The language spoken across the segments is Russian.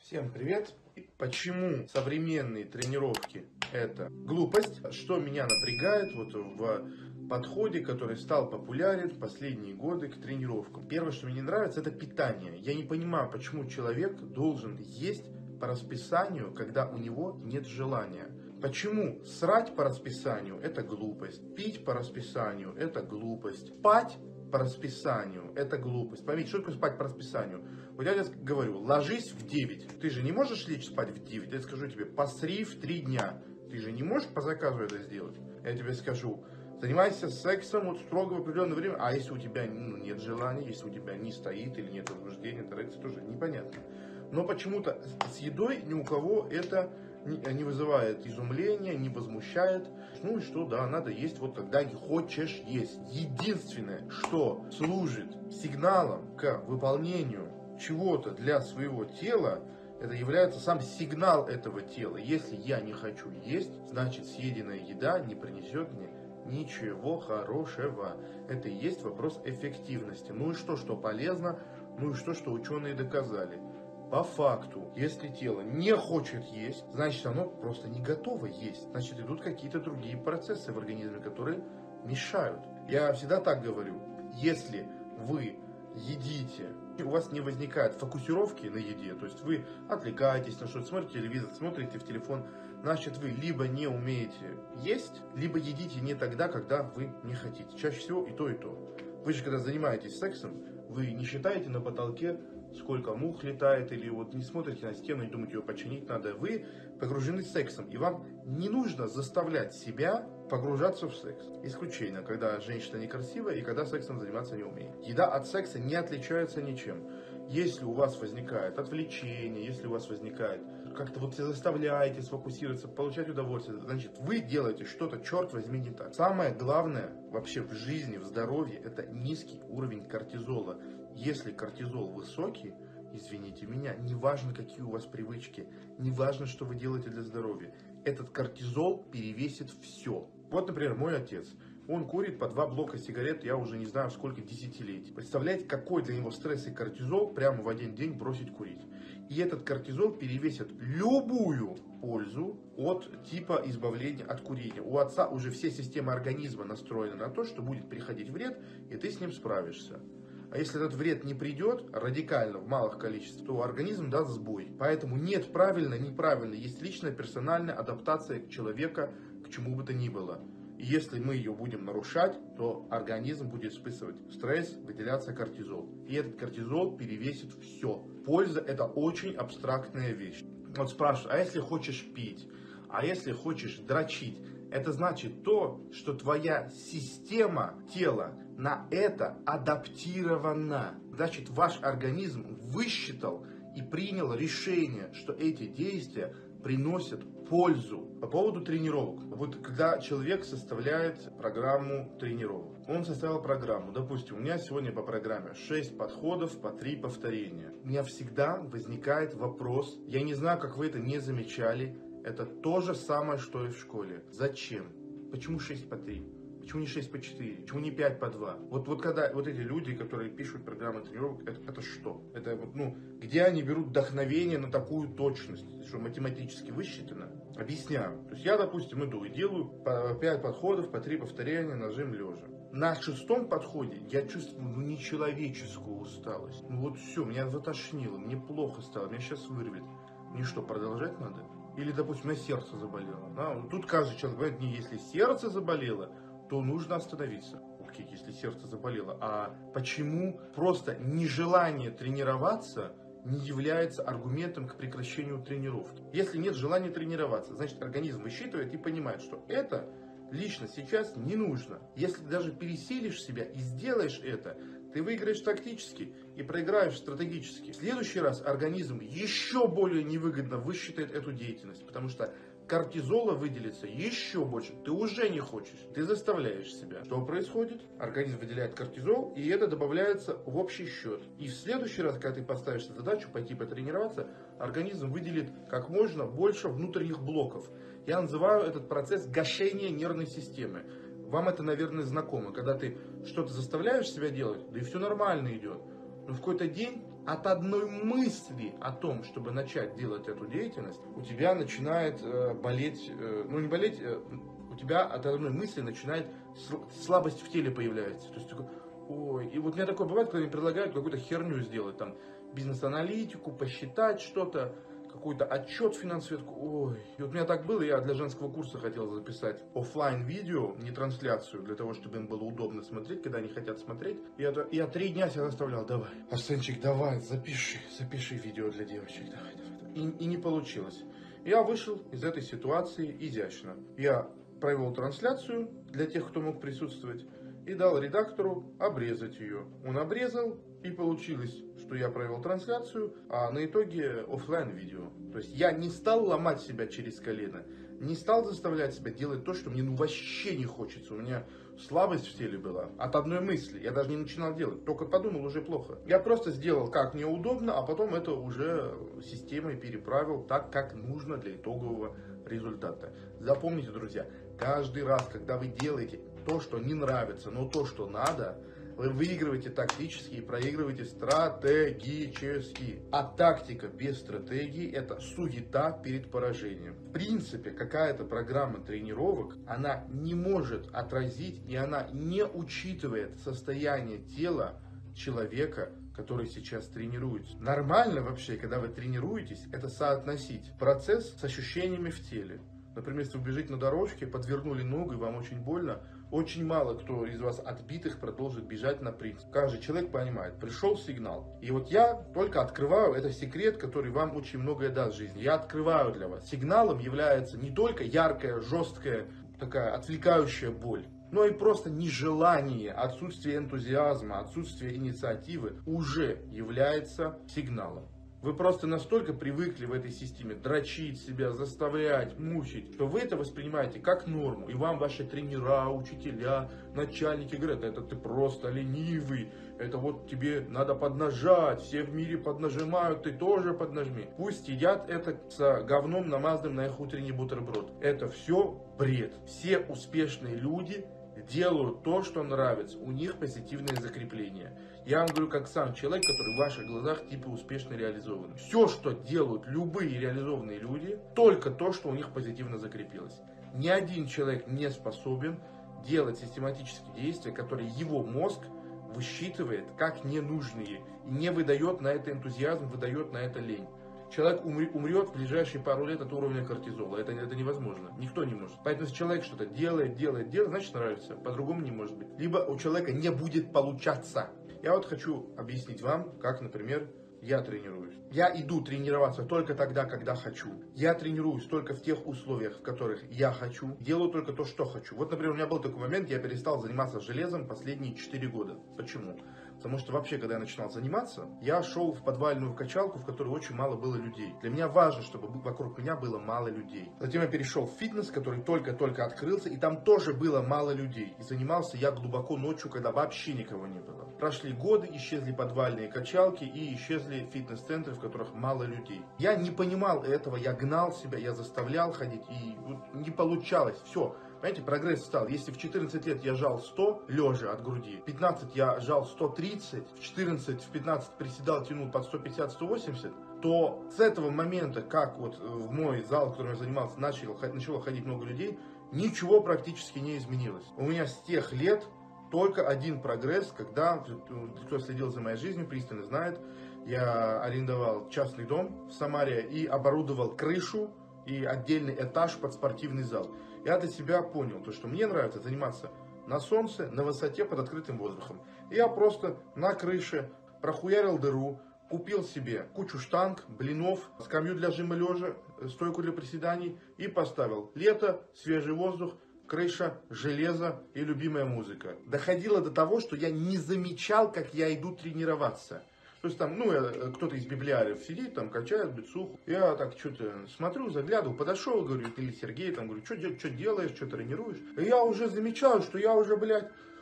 Всем привет! Почему современные тренировки это глупость? Что меня напрягает вот в подходе, который стал популярен в последние годы к тренировкам? Первое, что мне не нравится, это питание. Я не понимаю, почему человек должен есть по расписанию, когда у него нет желания. Почему срать по расписанию это глупость, пить по расписанию это глупость, спать по расписанию это глупость. Поймите, что такое спать по расписанию? Вот я тебе говорю, ложись в 9. Ты же не можешь лечь спать в 9. Я скажу тебе, посри в 3 дня. Ты же не можешь по заказу это сделать. Я тебе скажу, занимайся сексом вот строго в определенное время. А если у тебя нет желания, если у тебя не стоит или нет возбуждения, то это тоже непонятно. Но почему-то с едой ни у кого это не вызывает изумления, не возмущает. Ну и что, да, надо есть вот когда хочешь есть. Единственное, что служит сигналом к выполнению чего-то для своего тела, это является сам сигнал этого тела. Если я не хочу есть, значит съеденная еда не принесет мне ничего хорошего. Это и есть вопрос эффективности. Ну и что полезно, ну и что ученые доказали. По факту, если тело не хочет есть, значит оно просто не готово есть. Значит идут какие-то другие процессы в организме, которые мешают. Я всегда так говорю, если вы едите, у вас не возникает фокусировки на еде, то есть вы отвлекаетесь на что-то, смотрите телевизор, смотрите в телефон, значит вы либо не умеете есть, либо едите не тогда, когда вы не хотите. Чаще всего и то, и то. Вы же когда занимаетесь сексом, вы не считаете на потолке, сколько мух летает, или вот не смотрите на стену и думаете, ее починить надо. Вы погружены сексом, и вам не нужно заставлять себя погружаться в секс. Исключение, когда женщина некрасивая и когда сексом заниматься не умеет. Еда от секса не отличается ничем. Если у вас возникает отвлечение, если у вас возникает, как-то вот заставляете сфокусироваться, получать удовольствие, значит вы делаете что-то, черт возьми, не так. Самое главное вообще в жизни, в здоровье, это низкий уровень кортизола. Если кортизол высокий, извините меня, неважно какие у вас привычки, неважно что вы делаете для здоровья, этот кортизол перевесит все. Вот, например, мой отец. Он курит по 2 блока сигарет, я уже не знаю сколько десятилетий. Представляете, какой для него стресс и кортизол прямо в один день бросить курить. И этот кортизол перевесит любую пользу от типа избавления от курения. У отца уже все системы организма настроены на то, что будет приходить вред, и ты с ним справишься. А если этот вред не придет радикально в малых количествах, то организм даст сбой. Поэтому нет правильно, неправильно. Есть личная персональная адаптация человека к чему бы то ни было. И если мы ее будем нарушать, то организм будет испытывать стресс, выделяться кортизол. И этот кортизол перевесит все. Польза это очень абстрактная вещь. Вот спрашивают, а если хочешь пить? А если хочешь дрочить? Это значит то, что твоя система тела на это адаптирована. Значит, ваш организм высчитал и принял решение, что эти действия приносят пользу. По поводу тренировок. Вот когда человек составляет программу тренировок. Он составил программу. Допустим, у меня сегодня по программе 6 подходов по 3 повторения. У меня всегда возникает вопрос. Я не знаю, как вы это не замечали. Это то же самое, что и в школе. Зачем? Почему 6 по 3? Почему не 6 по 4? Почему не 5 по 2? Вот когда вот эти люди, которые пишут программы тренировок, это что? Это вот, где они берут вдохновение на такую точность? Что математически высчитано? Объясняю. То есть я, допустим, иду и делаю по 5 подходов, по 3 повторения, нажим лежа. На 6-м подходе я чувствую нечеловеческую усталость. Вот все, меня затошнило, мне плохо стало, меня сейчас вырвет. Мне что, продолжать надо? Или, допустим, у меня сердце заболело. Да? Тут каждый человек говорит, не если сердце заболело, то нужно остановиться. Окей, если сердце заболело. А почему просто нежелание тренироваться не является аргументом к прекращению тренировки? Если нет желания тренироваться, значит организм высчитывает и понимает, что это лично сейчас не нужно. Если ты даже пересилишь себя и сделаешь это, ты выиграешь тактически и проиграешь стратегически. В следующий раз организм еще более невыгодно высчитает эту деятельность, потому что кортизола выделится еще больше. Ты уже не хочешь, ты заставляешь себя. Что происходит? Организм выделяет кортизол, и это добавляется в общий счет. И в следующий раз, когда ты поставишь задачу пойти потренироваться, организм выделит как можно больше внутренних блоков. Я называю этот процесс гашения нервной системы. Вам это, наверное, знакомо, когда ты что-то заставляешь себя делать, да и все нормально идет. Но в какой-то день От одной мысли о том, чтобы начать делать эту деятельность, у тебя начинает болеть, ну не болеть, у тебя от одной мысли начинает слабость в теле появляется. То есть такой, ой, и вот у меня такое бывает, когда мне предлагают какую-то херню сделать, там, бизнес-аналитику, посчитать что-то, какой-то отчет финансовый, ой, и вот у меня так было, я для женского курса хотел записать офлайн видео, не трансляцию, для того, чтобы им было удобно смотреть, когда они хотят смотреть. Я 3 дня себя заставлял, давай, Арсенчик, давай, запиши видео для девочек, давай. И не получилось. Я вышел из этой ситуации изящно. Я провел трансляцию для тех, кто мог присутствовать, и дал редактору обрезать ее. Он обрезал, и получилось, что я провел трансляцию, а на итоге офлайн видео. То есть я не стал ломать себя через колено, не стал заставлять себя делать то, что мне вообще не хочется. У меня слабость в теле была от одной мысли. Я даже не начинал делать, только подумал, уже плохо. Я просто сделал, как мне удобно, а потом это уже системой переправил так, как нужно для итогового результата. Запомните, друзья, каждый раз, когда вы делаете то, что не нравится, но то, что надо, вы выигрываете тактически и проигрываете стратегически. А тактика без стратегии – это суета перед поражением. В принципе, какая-то программа тренировок, она не может отразить и она не учитывает состояние тела человека, который сейчас тренируется. Нормально вообще, когда вы тренируетесь, это соотносить процесс с ощущениями в теле. Например, если вы бежите на дорожке, подвернули ногу и вам очень больно, очень мало кто из вас отбитых продолжит бежать на принцип. Каждый человек понимает, пришел сигнал. И вот я только открываю, это секрет, который вам очень многое даст в жизни. Я открываю для вас. Сигналом является не только яркая, жесткая, такая отвлекающая боль, но и просто нежелание, отсутствие энтузиазма, отсутствие инициативы уже является сигналом. Вы просто настолько привыкли в этой системе дрочить себя, заставлять, мучить, что вы это воспринимаете как норму. И вам ваши тренера, учителя, начальники говорят, это ты просто ленивый, это вот тебе надо поднажать, все в мире поднажимают, ты тоже поднажми. Пусть едят это с говном, намазанным на их утренний бутерброд. Это все бред. Все успешные люди делают то, что нравится, у них позитивное закрепление. Я вам говорю, как сам человек, который в ваших глазах типа успешно реализован. Все, что делают любые реализованные люди, только то, что у них позитивно закрепилось. Ни один человек не способен делать систематические действия, которые его мозг высчитывает как ненужные и не выдает на это энтузиазм, выдает на это лень. Человек умрет в ближайшие пару лет от уровня кортизола. Это невозможно. Никто не может. Поэтому если человек что-то делает, значит нравится. По-другому не может быть. Либо у человека не будет получаться. Я вот хочу объяснить вам, как, например, я тренируюсь. Я иду тренироваться только тогда, когда хочу. Я тренируюсь только в тех условиях, в которых я хочу. Делаю только то, что хочу. Вот, например, у меня был такой момент, я перестал заниматься железом последние 4 года. Почему? Потому что вообще, когда я начинал заниматься, я шел в подвальную качалку, в которой очень мало было людей. Для меня важно, чтобы вокруг меня было мало людей. Затем я перешел в фитнес, который только-только открылся, и там тоже было мало людей. И занимался я глубоко ночью, когда вообще никого не было. Прошли годы, исчезли подвальные качалки и исчезли фитнес-центры, в которых мало людей. Я не понимал этого, я гнал себя, я заставлял ходить, и вот не получалось. Все. Понимаете, прогресс стал. Если в 14 лет я жал 100 лежа от груди, в 15 я жал 130, в 14, в 15 приседал, тянул под 150-180, то с этого момента, как вот в мой зал, в котором я занимался, начало ходить много людей, ничего практически не изменилось. У меня с тех лет только один прогресс, когда, кто следил за моей жизнью, пристально знает, я арендовал частный дом в Самаре и оборудовал крышу и отдельный этаж под спортивный зал. Я для себя понял, то, что мне нравится заниматься на солнце, на высоте, под открытым воздухом. И я просто на крыше прохуярил дыру, купил себе кучу штанг, блинов, скамью для жима лежа, стойку для приседаний и поставил. Лето, свежий воздух, крыша, железо и любимая музыка. Доходило до того, что я не замечал, как я иду тренироваться. То есть там, кто-то из библиариев сидит, там качает бицуху. Я так что-то смотрю, заглядываю, подошел, говорю, или Сергей, там говорю, что делаешь, что тренируешь? И я уже замечаю, что я уже, блядь,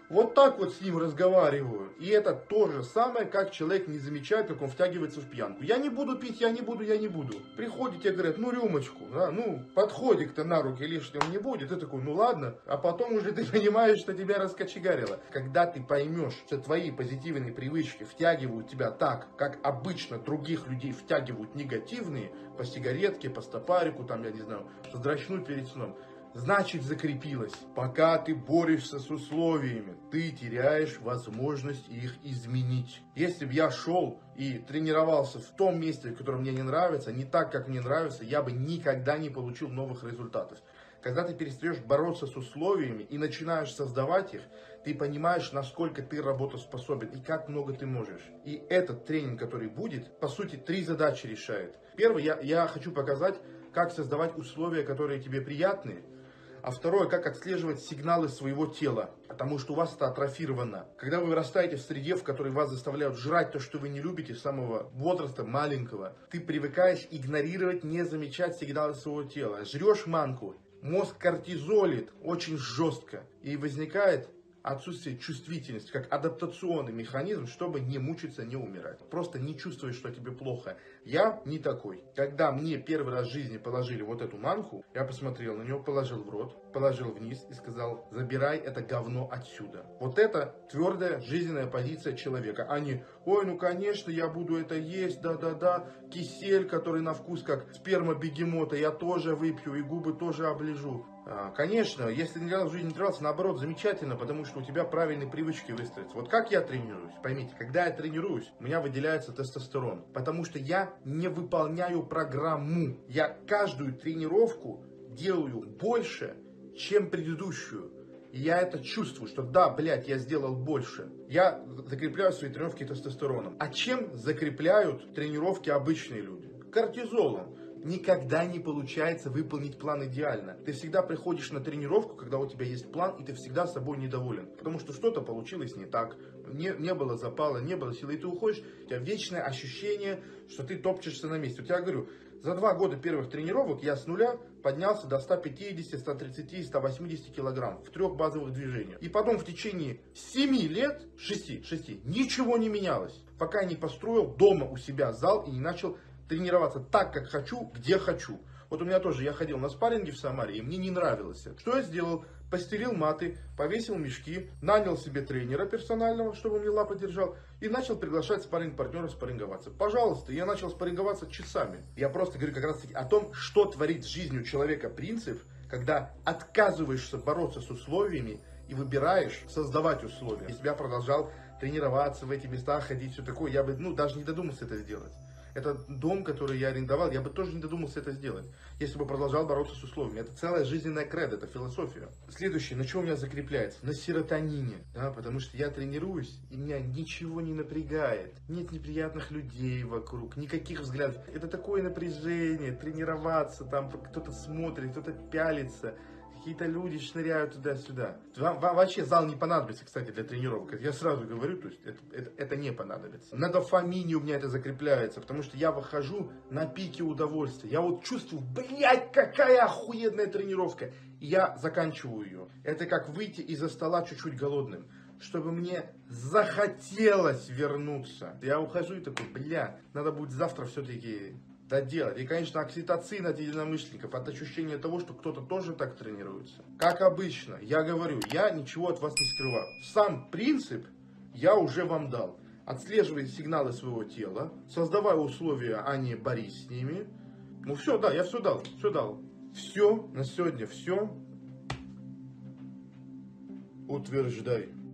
Вот так вот с ним разговариваю. И это то же самое, как человек не замечает, как он втягивается в пьянку. Я не буду пить, я не буду. Приходит тебе, говорят, ну рюмочку, да, ну подходик-то на руки лишним не будет. Ты такой, ну ладно. А потом уже ты понимаешь, что тебя раскочегарило. Когда ты поймешь, что твои позитивные привычки втягивают тебя так, как обычно других людей втягивают негативные, по сигаретке, по стопарику, там, я не знаю, вздрачнуть перед сном, значит закрепилось. Пока ты борешься с условиями, ты теряешь возможность их изменить. Если бы я шел и тренировался в том месте, которое мне не нравится, не так, как мне нравится, я бы никогда не получил новых результатов. Когда ты перестаешь бороться с условиями и начинаешь создавать их, ты понимаешь, насколько ты работоспособен и как много ты можешь. И этот тренинг, который будет, по сути, 3 задачи решает. Первое, я хочу показать, как создавать условия, которые тебе приятны. А второе, как отслеживать сигналы своего тела, потому что у вас это атрофировано. Когда вы вырастаете в среде, в которой вас заставляют жрать то, что вы не любите с самого возраста маленького, ты привыкаешь игнорировать, не замечать сигналы своего тела. Жрешь манку, мозг кортизолит очень жестко, и возникает отсутствие чувствительности, как адаптационный механизм, чтобы не мучиться, не умирать. Просто не чувствуешь, что тебе плохо. Я не такой. Когда мне первый раз в жизни положили вот эту манку, я посмотрел на нее, положил в рот, положил вниз и сказал, забирай это говно отсюда. Вот это твердая жизненная позиция человека. А не, ой, ну конечно, я буду это есть, да-да-да, кисель, который на вкус как сперма бегемота, я тоже выпью и губы тоже оближу. Конечно, если ни разу в жизни не тренировался, наоборот, замечательно, потому что у тебя правильные привычки выстроятся. Вот как я тренируюсь, поймите, когда я тренируюсь, у меня выделяется тестостерон, потому что я не выполняю программу. Я каждую тренировку делаю больше, чем предыдущую. И я это чувствую, что да, блядь, я сделал больше. Я закрепляю свои тренировки тестостероном. А чем закрепляют тренировки обычные люди? Кортизолом. Никогда не получается выполнить план идеально. Ты всегда приходишь на тренировку, когда у тебя есть план, и ты всегда собой недоволен. Потому что что-то получилось не так, не было запала, не было силы, и ты уходишь, у тебя вечное ощущение, что ты топчешься на месте. Вот я говорю, за 2 года первых тренировок я с нуля поднялся до 150, 130, 180 килограмм в 3 базовых движениях. И потом в течение 7 лет, 6, ничего не менялось, пока я не построил дома у себя зал и не начал тренироваться так, как хочу, где хочу. Вот у меня тоже, я ходил на спарринги в Самаре, и мне не нравилось это. Что я сделал? Постелил маты, повесил мешки, нанял себе тренера персонального, чтобы мне лапы держал, и начал приглашать спарринг-партнеров спарринговаться. Пожалуйста, я начал спарринговаться часами. Я просто говорю как раз таки о том, что творит с жизнью человека принцип, когда отказываешься бороться с условиями и выбираешь создавать условия. Если бы я продолжал тренироваться в эти места, ходить, все такое, я бы даже не додумался это сделать. Это дом, который я арендовал, я бы тоже не додумался это сделать, если бы продолжал бороться с условиями. Это целая жизненная кредо, это философия. Следующее, на чем у меня закрепляется? На серотонине, да, потому что я тренируюсь, и меня ничего не напрягает. Нет неприятных людей вокруг, никаких взглядов. Это такое напряжение, тренироваться, там кто-то смотрит, кто-то пялится. Какие-то люди шныряют туда-сюда. Вам вообще зал не понадобится, кстати, для тренировок. Я сразу говорю, то есть это не понадобится. На дофамине у меня это закрепляется, потому что я выхожу на пике удовольствия. Я вот чувствую, блядь, какая охуенная тренировка. И я заканчиваю ее. Это как выйти из-за стола чуть-чуть голодным, чтобы мне захотелось вернуться. Я ухожу и такой, бля, надо будет завтра все-таки доделать. И, конечно, окситоцин от единомышленников, от ощущения того, что кто-то тоже так тренируется. Как обычно, я говорю, я ничего от вас не скрываю. Сам принцип я уже вам дал. Отслеживай сигналы своего тела, создавай условия, а не борись с ними. Ну все, да, я все дал. Все, на сегодня все. Утверждай.